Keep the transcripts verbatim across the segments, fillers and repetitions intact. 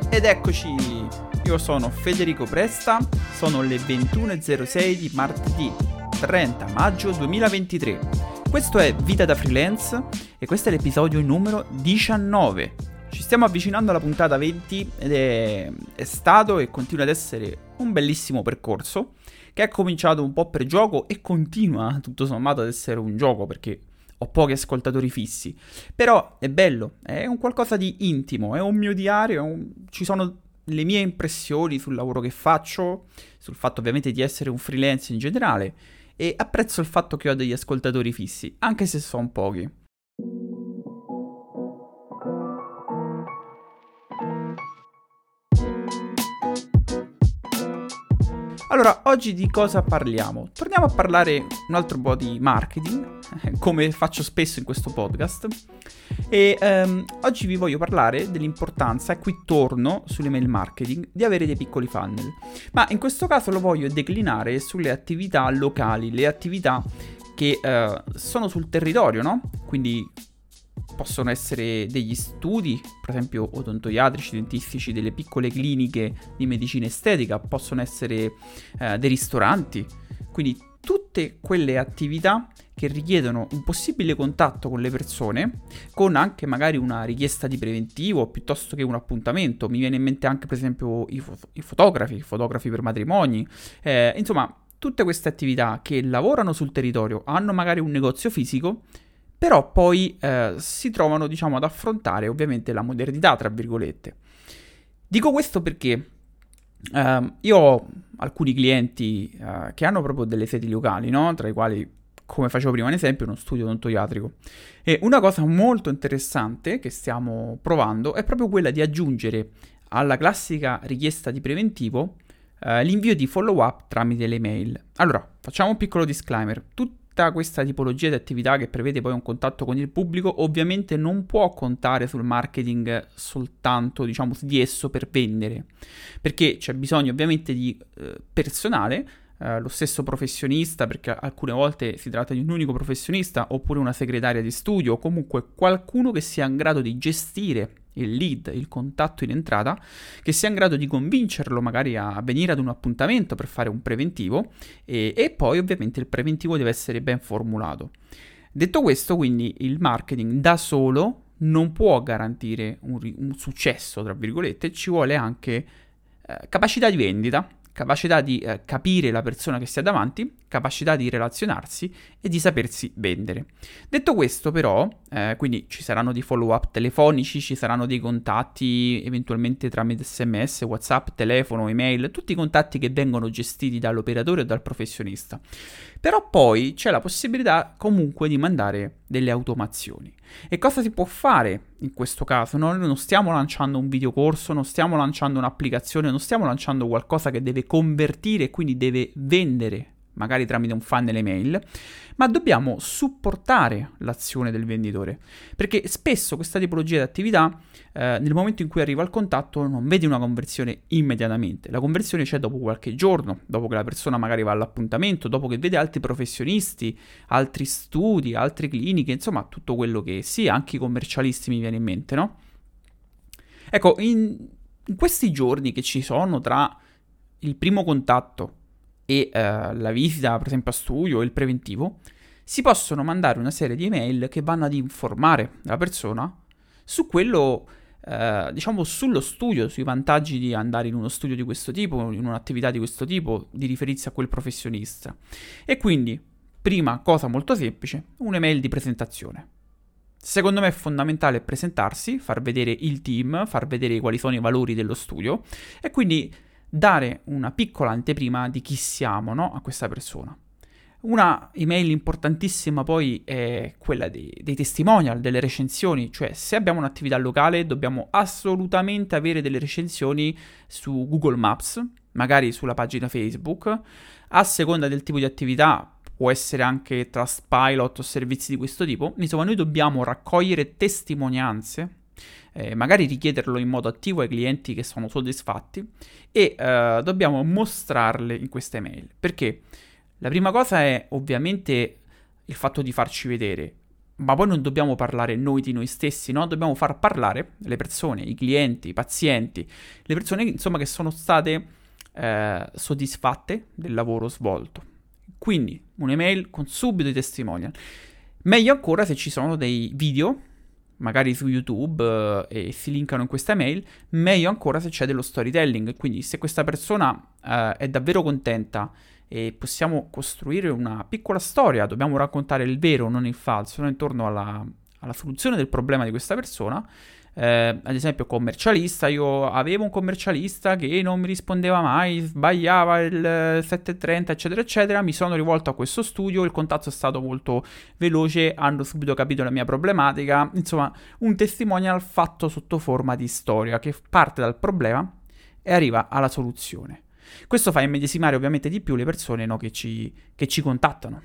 Ed eccoci, io sono Federico Presta, sono le ventuno e zero sei di martedì trenta maggio duemilaventitré. Questo è Vita da Freelance e questo è l'episodio numero diciannove. Ci stiamo avvicinando alla puntata venti ed è, è stato e continua ad essere un bellissimo percorso che è cominciato un po' per gioco e continua tutto sommato ad essere un gioco perché ho pochi ascoltatori fissi, però è bello, è un qualcosa di intimo, è un mio diario, è un... ci sono le mie impressioni sul lavoro che faccio, sul fatto ovviamente di essere un freelance in generale, e apprezzo il fatto che ho degli ascoltatori fissi, anche se sono pochi. Allora, oggi di cosa parliamo? Torniamo a parlare un altro po' di marketing, come faccio spesso in questo podcast, e um, oggi vi voglio parlare dell'importanza, e qui torno sull'email marketing, di avere dei piccoli funnel. Ma in questo caso lo voglio declinare sulle attività locali, le attività che uh, sono sul territorio, no? Quindi possono essere degli studi, per esempio odontoiatrici, dentistici, delle piccole cliniche di medicina estetica, possono essere eh, dei ristoranti, quindi tutte quelle attività che richiedono un possibile contatto con le persone, con anche magari una richiesta di preventivo piuttosto che un appuntamento. Mi viene in mente anche per esempio i, fo- i fotografi, i fotografi per matrimoni, eh, insomma tutte queste attività che lavorano sul territorio, hanno magari un negozio fisico, però poi eh, si trovano, diciamo, ad affrontare ovviamente la modernità, tra virgolette. Dico questo perché eh, io ho alcuni clienti eh, che hanno proprio delle sedi locali, no? Tra i quali, come facevo prima un esempio, uno studio odontoiatrico. E una cosa molto interessante che stiamo provando è proprio quella di aggiungere alla classica richiesta di preventivo eh, l'invio di follow-up tramite le mail. Allora, facciamo un piccolo disclaimer. Tutti questa tipologia di attività che prevede poi un contatto con il pubblico ovviamente non può contare sul marketing soltanto, diciamo, di esso per vendere, perché c'è bisogno ovviamente di eh, personale, eh, lo stesso professionista, perché alcune volte si tratta di un unico professionista oppure una segretaria di studio o comunque qualcuno che sia in grado di gestire il lead, il contatto in entrata, che sia in grado di convincerlo magari a venire ad un appuntamento per fare un preventivo e, e poi ovviamente il preventivo deve essere ben formulato. Detto questo, quindi il marketing da solo non può garantire un, un successo, tra virgolette, ci vuole anche eh, capacità di vendita, capacità di eh, capire la persona che si ha davanti, capacità di relazionarsi e di sapersi vendere. Detto questo però, eh, quindi ci saranno dei follow-up telefonici, ci saranno dei contatti eventualmente tramite sms, whatsapp, telefono, email, tutti i contatti che vengono gestiti dall'operatore o dal professionista. Però poi c'è la possibilità comunque di mandare delle automazioni. E cosa si può fare in questo caso? Noi non stiamo lanciando un videocorso, non stiamo lanciando un'applicazione, non stiamo lanciando qualcosa che deve convertire e quindi deve vendere, magari tramite un funnel email, ma dobbiamo supportare l'azione del venditore, perché spesso questa tipologia di attività eh, nel momento in cui arriva al contatto non vedi una conversione immediatamente, la conversione c'è dopo qualche giorno, dopo che la persona magari va all'appuntamento, dopo che vede altri professionisti, altri studi, altre cliniche, insomma tutto quello che sia, anche i commercialisti mi viene in mente, no? Ecco, in, in questi giorni che ci sono tra il primo contatto e uh, la visita, per esempio, a studio o il preventivo, si possono mandare una serie di email che vanno ad informare la persona su quello, uh, diciamo, sullo studio, sui vantaggi di andare in uno studio di questo tipo, in un'attività di questo tipo, di riferirsi a quel professionista. E quindi, prima cosa molto semplice, un'email di presentazione. Secondo me è fondamentale presentarsi, far vedere il team, far vedere quali sono i valori dello studio e quindi dare una piccola anteprima di chi siamo, no? A questa persona. Una email importantissima poi è quella dei, dei testimonial, delle recensioni, cioè se abbiamo un'attività locale dobbiamo assolutamente avere delle recensioni su Google Maps, magari sulla pagina Facebook, a seconda del tipo di attività può essere anche Trustpilot o servizi di questo tipo, insomma noi dobbiamo raccogliere testimonianze, Eh, magari richiederlo in modo attivo ai clienti che sono soddisfatti e eh, dobbiamo mostrarle in queste mail. Perché la prima cosa è ovviamente il fatto di farci vedere, ma poi non dobbiamo parlare noi di noi stessi, no? Dobbiamo far parlare le persone, i clienti, i pazienti, le persone insomma che sono state eh, soddisfatte del lavoro svolto. Quindi un'email con subito i testimonial. Meglio ancora se ci sono dei video, magari su YouTube, eh, e si linkano in questa mail, meglio ancora se c'è dello storytelling. Quindi se questa persona eh, è davvero contenta e possiamo costruire una piccola storia, dobbiamo raccontare il vero, non il falso, no? Intorno alla, alla soluzione del problema di questa persona. Eh, ad esempio commercialista, io avevo un commercialista che non mi rispondeva mai, sbagliava il sette e trenta eccetera eccetera, mi sono rivolto a questo studio, il contatto è stato molto veloce, hanno subito capito la mia problematica, insomma un testimonial fatto sotto forma di storia che parte dal problema e arriva alla soluzione. Questo fa immedesimare ovviamente di più le persone, no, che, ci, che ci contattano.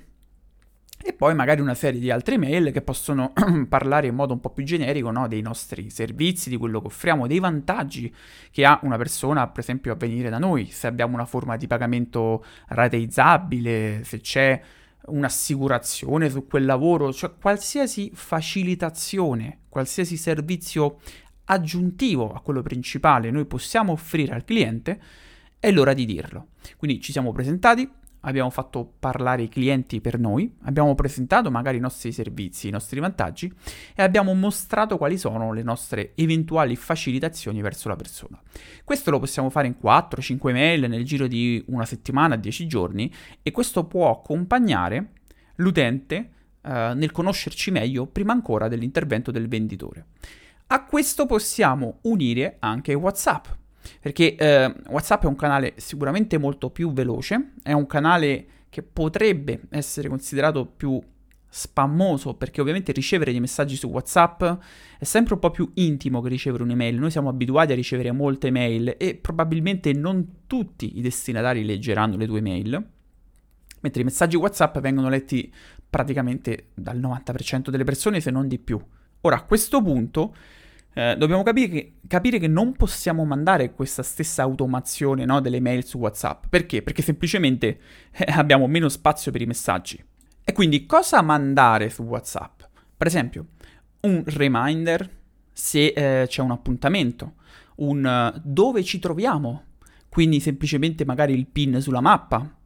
E poi magari una serie di altre mail che possono parlare in modo un po' più generico, no, dei nostri servizi, di quello che offriamo, dei vantaggi che ha una persona, per esempio, a venire da noi, se abbiamo una forma di pagamento rateizzabile, se c'è un'assicurazione su quel lavoro, cioè qualsiasi facilitazione, qualsiasi servizio aggiuntivo a quello principale noi possiamo offrire al cliente, è l'ora di dirlo. Quindi ci siamo presentati, abbiamo fatto parlare i clienti per noi, abbiamo presentato magari i nostri servizi, i nostri vantaggi e abbiamo mostrato quali sono le nostre eventuali facilitazioni verso la persona. Questo lo possiamo fare in quattro cinque mail nel giro di una settimana, dieci giorni, e questo può accompagnare l'utente eh, nel conoscerci meglio prima ancora dell'intervento del venditore. A questo possiamo unire anche WhatsApp. Perché eh, WhatsApp è un canale sicuramente molto più veloce, è un canale che potrebbe essere considerato più spammoso, perché ovviamente ricevere dei messaggi su WhatsApp è sempre un po' più intimo che ricevere un'email. Noi siamo abituati a ricevere molte mail e probabilmente non tutti i destinatari leggeranno le tue mail, mentre i messaggi WhatsApp vengono letti praticamente dal novanta per cento delle persone, se non di più. Ora, a questo punto Eh, dobbiamo capire che, capire che non possiamo mandare questa stessa automazione, no, delle mail su WhatsApp. Perché? Perché semplicemente eh, abbiamo meno spazio per i messaggi. E quindi cosa mandare su WhatsApp? Per esempio, un reminder se eh, c'è un appuntamento, un uh, dove ci troviamo, quindi semplicemente magari il PIN sulla mappa,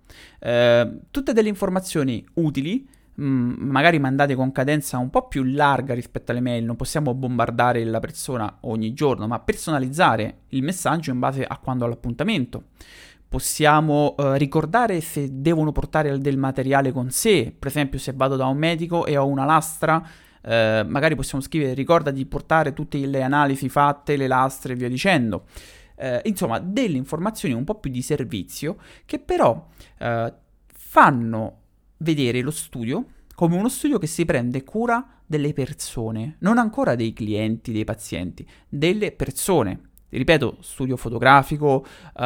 eh, tutte delle informazioni utili, magari mandate con cadenza un po' più larga rispetto alle mail. Non possiamo bombardare la persona ogni giorno, ma personalizzare il messaggio in base a quando ha l'appuntamento. Possiamo eh, ricordare se devono portare del materiale con sé. Per esempio, se vado da un medico e ho una lastra, eh, magari possiamo scrivere: ricorda di portare tutte le analisi fatte, le lastre e via dicendo. Eh, insomma, delle informazioni un po' più di servizio che però eh, fanno vedere lo studio come uno studio che si prende cura delle persone, non ancora dei clienti, dei pazienti, delle persone. Ripeto, studio fotografico,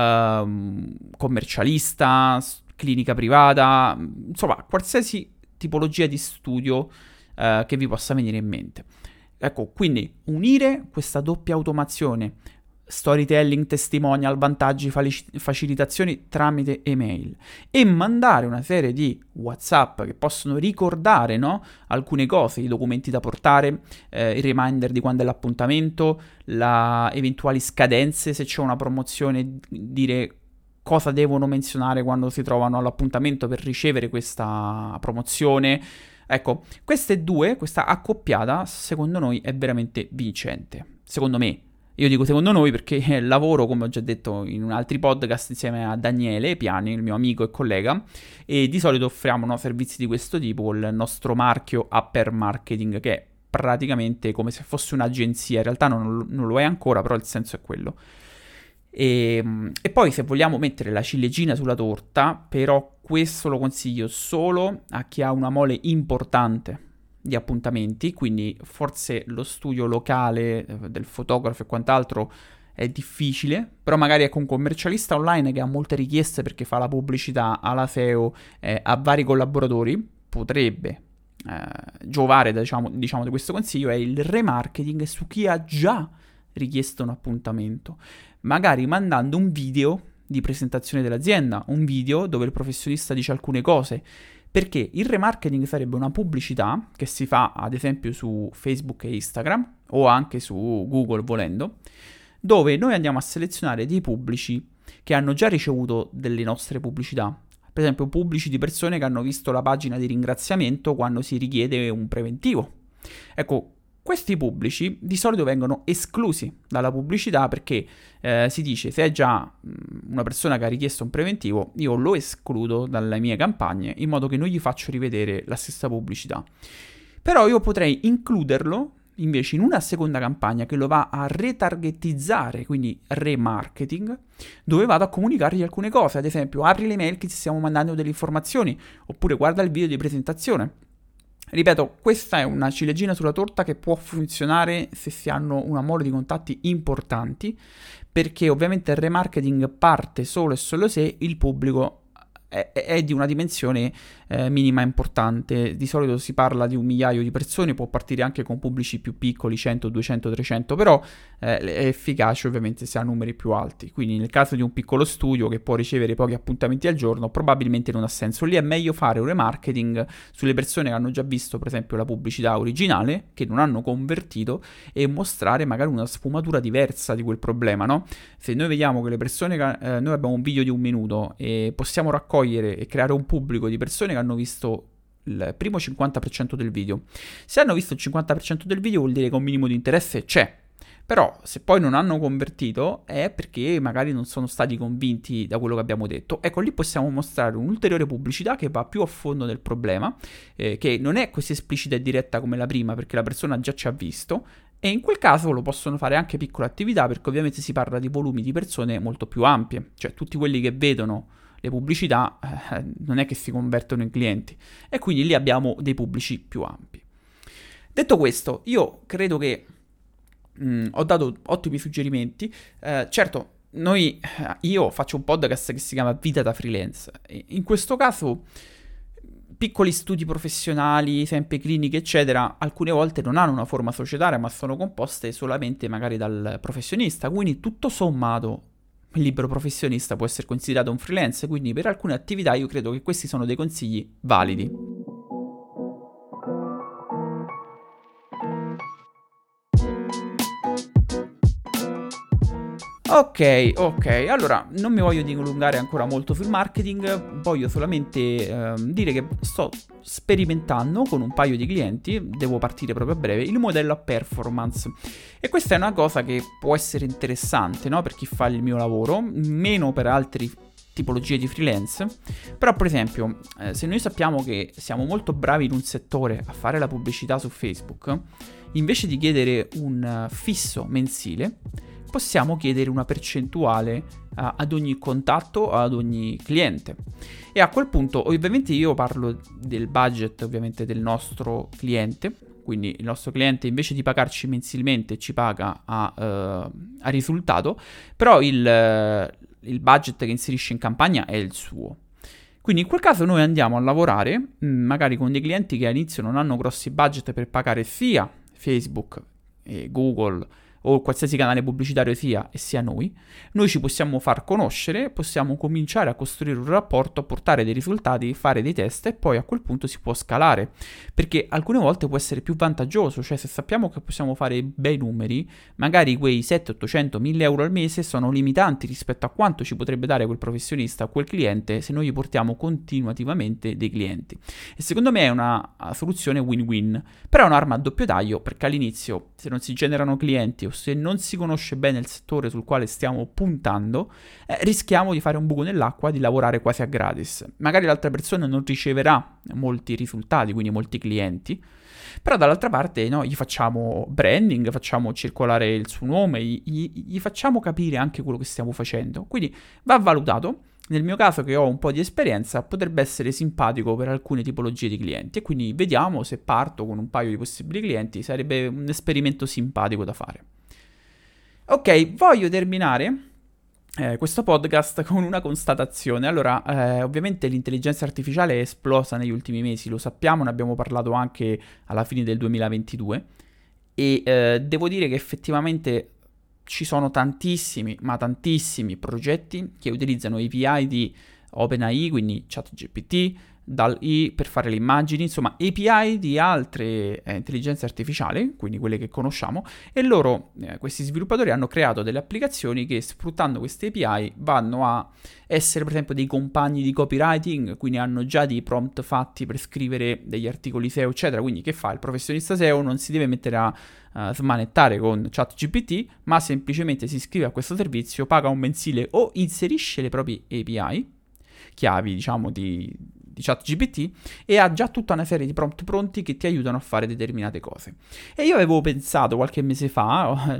ehm, commercialista, clinica privata, insomma, qualsiasi tipologia di studio eh, che vi possa venire in mente. Ecco, quindi unire questa doppia automazione, storytelling, testimonial, vantaggi, facilitazioni tramite email, e mandare una serie di WhatsApp che possono ricordare, no, alcune cose, i documenti da portare, eh, il reminder di quando è l'appuntamento, la eventuali scadenze, se c'è una promozione, dire cosa devono menzionare quando si trovano all'appuntamento per ricevere questa promozione. Ecco, queste due, questa accoppiata, secondo noi è veramente vincente. Secondo me. Io dico secondo noi perché lavoro, come ho già detto in un altri podcast, insieme a Daniele Piani, il mio amico e collega, e di solito offriamo, no, servizi di questo tipo con il nostro marchio Upper Marketing, che è praticamente come se fosse un'agenzia. In realtà non, non lo è ancora, però il senso è quello. E, e poi, se vogliamo mettere la ciliegina sulla torta, però questo lo consiglio solo a chi ha una mole importante di appuntamenti, quindi forse lo studio locale eh, del fotografo e quant'altro è difficile, però magari ecco un commercialista online che ha molte richieste perché fa la pubblicità alla S E O, eh, a vari collaboratori, potrebbe eh, giovare, diciamo, diciamo di questo consiglio. È il remarketing su chi ha già richiesto un appuntamento, magari mandando un video di presentazione dell'azienda, un video dove il professionista dice alcune cose, perché il remarketing sarebbe una pubblicità che si fa ad esempio su Facebook e Instagram o anche su Google volendo, dove noi andiamo a selezionare dei pubblici che hanno già ricevuto delle nostre pubblicità. Per esempio pubblici di persone che hanno visto la pagina di ringraziamento quando si richiede un preventivo. Ecco, questi pubblici di solito vengono esclusi dalla pubblicità perché eh, si dice se è già mh, una persona che ha richiesto un preventivo, io lo escludo dalle mie campagne in modo che non gli faccio rivedere la stessa pubblicità. Però io potrei includerlo invece in una seconda campagna che lo va a retargetizzare, quindi remarketing, dove vado a comunicargli alcune cose, ad esempio apri le mail che ti stiamo mandando delle informazioni, oppure guarda il video di presentazione. Ripeto, questa è una ciliegina sulla torta che può funzionare se si hanno una mole di contatti importanti, perché ovviamente il remarketing parte solo e solo se il pubblico è, è di una dimensione eh, minima importante. Di solito si parla di un migliaio di persone, può partire anche con pubblici più piccoli, cento, duecento, trecento, però eh, è efficace ovviamente se ha numeri più alti. Quindi nel caso di un piccolo studio che può ricevere pochi appuntamenti al giorno, probabilmente non ha senso. Lì è meglio fare un remarketing sulle persone che hanno già visto per esempio la pubblicità originale, che non hanno convertito, e mostrare magari una sfumatura diversa di quel problema, no? Se noi vediamo che le persone, eh, noi abbiamo un video di un minuto e possiamo raccogliere e creare un pubblico di persone che hanno visto il primo cinquanta per cento del video. Se hanno visto il cinquanta per cento del video vuol dire che un minimo di interesse c'è. Però se poi non hanno convertito è perché magari non sono stati convinti da quello che abbiamo detto. Ecco, lì possiamo mostrare un'ulteriore pubblicità che va più a fondo del problema, eh, che non è così esplicita e diretta come la prima perché la persona già ci ha visto, e in quel caso lo possono fare anche piccole attività perché ovviamente si parla di volumi di persone molto più ampie, cioè tutti quelli che vedono le pubblicità eh, non è che si convertono in clienti, e quindi lì abbiamo dei pubblici più ampi. Detto questo, io credo che mh, ho dato ottimi suggerimenti. Eh, certo, noi, io faccio un podcast che si chiama Vita da Freelance. In questo caso, piccoli studi professionali, esempio cliniche, eccetera, alcune volte non hanno una forma societaria, ma sono composte solamente magari dal professionista, quindi tutto sommato il libero professionista può essere considerato un freelance, quindi per alcune attività io credo che questi sono dei consigli validi. Ok, ok, allora non mi voglio dilungare ancora molto sul marketing, voglio solamente ehm, dire che sto sperimentando con un paio di clienti, devo partire proprio a breve, il modello a performance. E questa è una cosa che può essere interessante, no? Per chi fa il mio lavoro, meno per altri tipologie di freelance. Però per esempio, eh, se noi sappiamo che siamo molto bravi in un settore a fare la pubblicità su Facebook, invece di chiedere un fisso mensile, possiamo chiedere una percentuale uh, ad ogni contatto, ad ogni cliente. E a quel punto, ovviamente io parlo del budget ovviamente del nostro cliente, quindi il nostro cliente invece di pagarci mensilmente ci paga a, uh, a risultato, però il, uh, il budget che inserisce in campagna è il suo. Quindi in quel caso noi andiamo a lavorare mh, magari con dei clienti che all'inizio non hanno grossi budget per pagare sia Facebook e Google o qualsiasi canale pubblicitario sia e sia noi, noi ci possiamo far conoscere, possiamo cominciare a costruire un rapporto, a portare dei risultati, fare dei test e poi a quel punto si può scalare, perché alcune volte può essere più vantaggioso, cioè se sappiamo che possiamo fare bei numeri, magari quei settecento, ottocento, mille euro al mese sono limitanti rispetto a quanto ci potrebbe dare quel professionista o quel cliente se noi gli portiamo continuativamente dei clienti. E secondo me è una soluzione win-win, però è un'arma a doppio taglio, perché all'inizio se non si generano clienti o se non si conosce bene il settore sul quale stiamo puntando, eh, rischiamo di fare un buco nell'acqua, di lavorare quasi a gratis. Magari l'altra persona non riceverà molti risultati, quindi molti clienti, però dall'altra parte no, gli facciamo branding, facciamo circolare il suo nome, gli, gli facciamo capire anche quello che stiamo facendo. Quindi va valutato. Nel mio caso, che ho un po' di esperienza, potrebbe essere simpatico per alcune tipologie di clienti, e quindi vediamo se parto con un paio di possibili clienti, sarebbe un esperimento simpatico da fare. Ok, voglio terminare eh, questo podcast con una constatazione. Allora, eh, ovviamente l'intelligenza artificiale è esplosa negli ultimi mesi, lo sappiamo, ne abbiamo parlato anche alla fine del duemilaventidue, e eh, devo dire che effettivamente ci sono tantissimi, ma tantissimi progetti che utilizzano A P I di OpenAI, quindi ChatGPT, dal I per fare le immagini, insomma A P I di altre eh, intelligenze artificiali, quindi quelle che conosciamo, e loro, eh, questi sviluppatori, hanno creato delle applicazioni che sfruttando queste A P I vanno a essere per esempio dei compagni di copywriting, quindi hanno già dei prompt fatti per scrivere degli articoli S E O eccetera, quindi che fa? Il professionista S E O non si deve mettere a uh, smanettare con ChatGPT, ma semplicemente si iscrive a questo servizio, paga un mensile o inserisce le proprie A P I, chiavi diciamo di, di ChatGPT, e ha già tutta una serie di prompt pronti che ti aiutano a fare determinate cose. E io avevo pensato qualche mese fa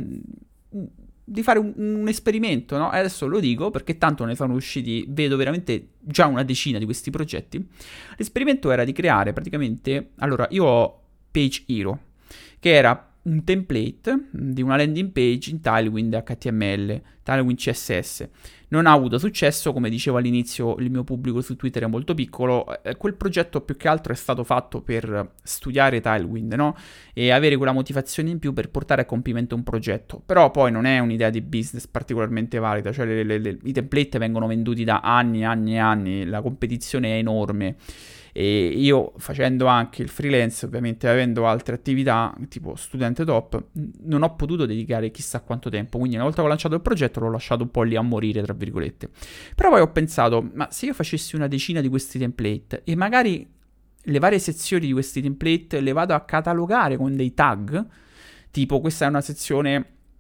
di fare un, un esperimento, no? E adesso lo dico perché tanto ne sono usciti, vedo veramente già una decina di questi progetti. L'esperimento era di creare praticamente, allora io ho Page Hero, che era un template di una landing page in Tailwind H T M L, Tailwind C S S. Non ha avuto successo, come dicevo all'inizio, il mio pubblico su Twitter è molto piccolo. Eh, quel progetto più che altro è stato fatto per studiare Tailwind, no? E avere quella motivazione in più per portare a compimento un progetto. Però poi non è un'idea di business particolarmente valida, cioè le, le, le, i template vengono venduti da anni e anni e anni, la competizione è enorme. E io, facendo anche il freelance, ovviamente avendo altre attività tipo studente top, non ho potuto dedicare chissà quanto tempo, quindi una volta che ho lanciato il progetto l'ho lasciato un po' lì a morire, tra virgolette. Però poi ho pensato, ma se io facessi una decina di questi template e magari le varie sezioni di questi template le vado a catalogare con dei tag, tipo questa è una sezione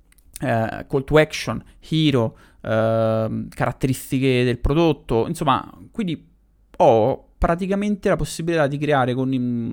uh, call to action, hero, uh, caratteristiche del prodotto, insomma, quindi ho praticamente la possibilità di creare con,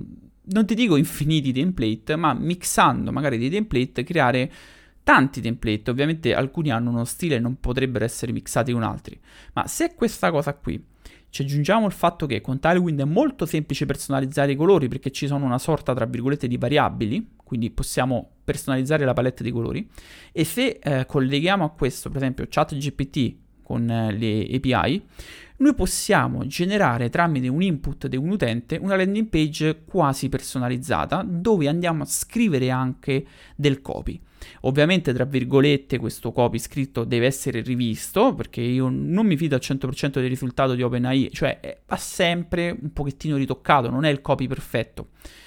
non ti dico infiniti template, ma mixando magari dei template, creare tanti template. Ovviamente alcuni hanno uno stile e non potrebbero essere mixati con altri, ma se questa cosa qui ci aggiungiamo il fatto che con Tailwind è molto semplice personalizzare i colori perché ci sono una sorta tra virgolette di variabili, quindi possiamo personalizzare la palette di colori, e se eh, colleghiamo a questo per esempio ChatGPT con eh, le A P I, noi possiamo generare tramite un input di un utente una landing page quasi personalizzata dove andiamo a scrivere anche del copy. Ovviamente, tra virgolette, questo copy scritto deve essere rivisto perché io non mi fido al cento per cento del risultato di OpenAI, cioè va sempre un pochettino ritoccato, non è il copy perfetto.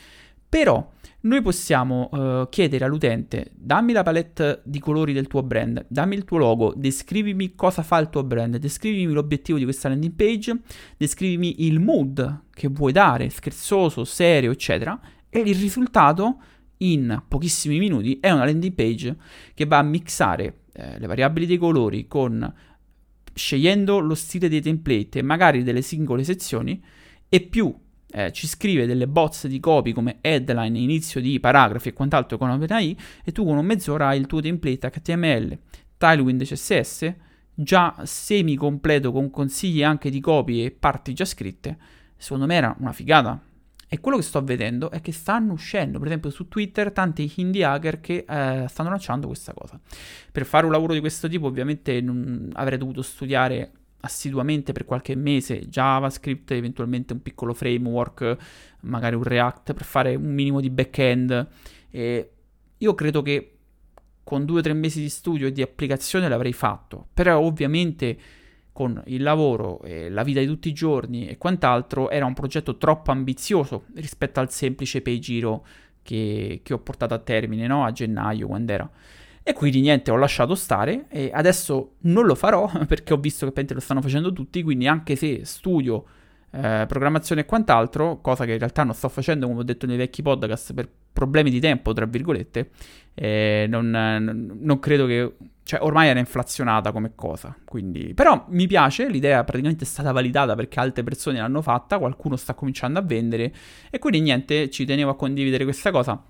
Però noi possiamo uh, chiedere all'utente: dammi la palette di colori del tuo brand, dammi il tuo logo, descrivimi cosa fa il tuo brand, descrivimi l'obiettivo di questa landing page, descrivimi il mood che vuoi dare, scherzoso, serio, eccetera, e il risultato in pochissimi minuti è una landing page che va a mixare eh, le variabili dei colori con, scegliendo lo stile dei template e magari delle singole sezioni, e più Eh, ci scrive delle bozze di copy come headline, inizio di paragrafi e quant'altro con OpenAI, e tu con mezz'ora hai il tuo template H T M L, Tailwind C S S, già semi completo con consigli anche di copy e parti già scritte. Secondo me era una figata. E quello che sto vedendo è che stanno uscendo, per esempio su Twitter, tanti indie hacker che eh, stanno lanciando questa cosa. Per fare un lavoro di questo tipo ovviamente non avrei dovuto studiare assiduamente per qualche mese JavaScript, eventualmente un piccolo framework, magari un React per fare un minimo di back-end. E io credo che con due o tre mesi di studio e di applicazione l'avrei fatto, però ovviamente con il lavoro e la vita di tutti i giorni e quant'altro era un progetto troppo ambizioso rispetto al semplice Page Hero che, che ho portato a termine, no? A gennaio, quando era. E quindi niente, ho lasciato stare e adesso non lo farò perché ho visto che lo stanno facendo tutti, quindi anche se studio eh, programmazione e quant'altro, cosa che in realtà non sto facendo, come ho detto nei vecchi podcast, per problemi di tempo, tra virgolette, eh, non, non, non credo che... cioè ormai era inflazionata come cosa, quindi... Però mi piace, l'idea praticamente è stata validata perché altre persone l'hanno fatta, qualcuno sta cominciando a vendere, e quindi niente, ci tenevo a condividere questa cosa.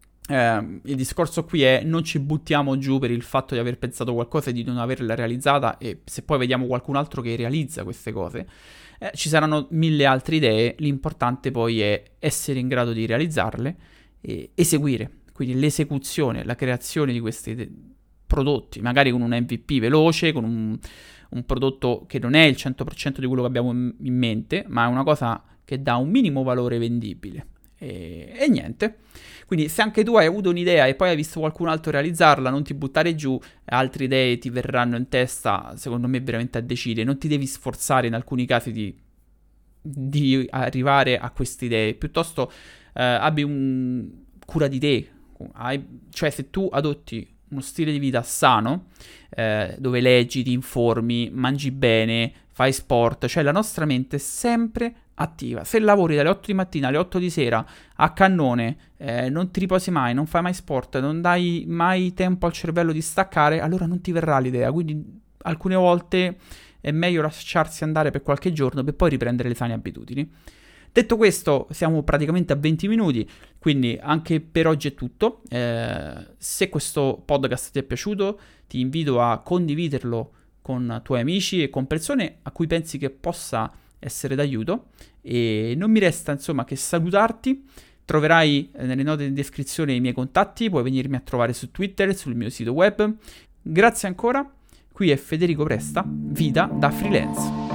Eh, il discorso qui è: non ci buttiamo giù per il fatto di aver pensato qualcosa e di non averla realizzata, e se poi vediamo qualcun altro che realizza queste cose, eh, ci saranno mille altre idee, l'importante poi è essere in grado di realizzarle e eseguire, quindi l'esecuzione, la creazione di questi de- prodotti, magari con un M V P veloce, con un, un prodotto che non è il cento per cento di quello che abbiamo in, in mente, ma è una cosa che dà un minimo valore vendibile. E, e niente, quindi se anche tu hai avuto un'idea e poi hai visto qualcun altro realizzarla, non ti buttare giù, altre idee ti verranno in testa, secondo me veramente a decidere, non ti devi sforzare in alcuni casi di di arrivare a queste idee, piuttosto eh, abbi un cura di te, hai, cioè se tu adotti uno stile di vita sano, eh, dove leggi, ti informi, mangi bene, fai sport, cioè la nostra mente è sempre attiva. Se lavori dalle otto di mattina alle otto di sera a cannone, eh, non ti riposi mai, non fai mai sport, non dai mai tempo al cervello di staccare, allora non ti verrà l'idea. Quindi alcune volte è meglio lasciarsi andare per qualche giorno per poi riprendere le sane abitudini. Detto questo, siamo praticamente a venti minuti, quindi anche per oggi è tutto. Eh, se questo podcast ti è piaciuto, ti invito a condividerlo con tuoi amici e con persone a cui pensi che possa essere d'aiuto. E non mi resta insomma che salutarti. Troverai nelle note di descrizione i miei contatti, puoi venirmi a trovare su Twitter, sul mio sito web. Grazie ancora, qui è Federico Presta, Vita da Freelance.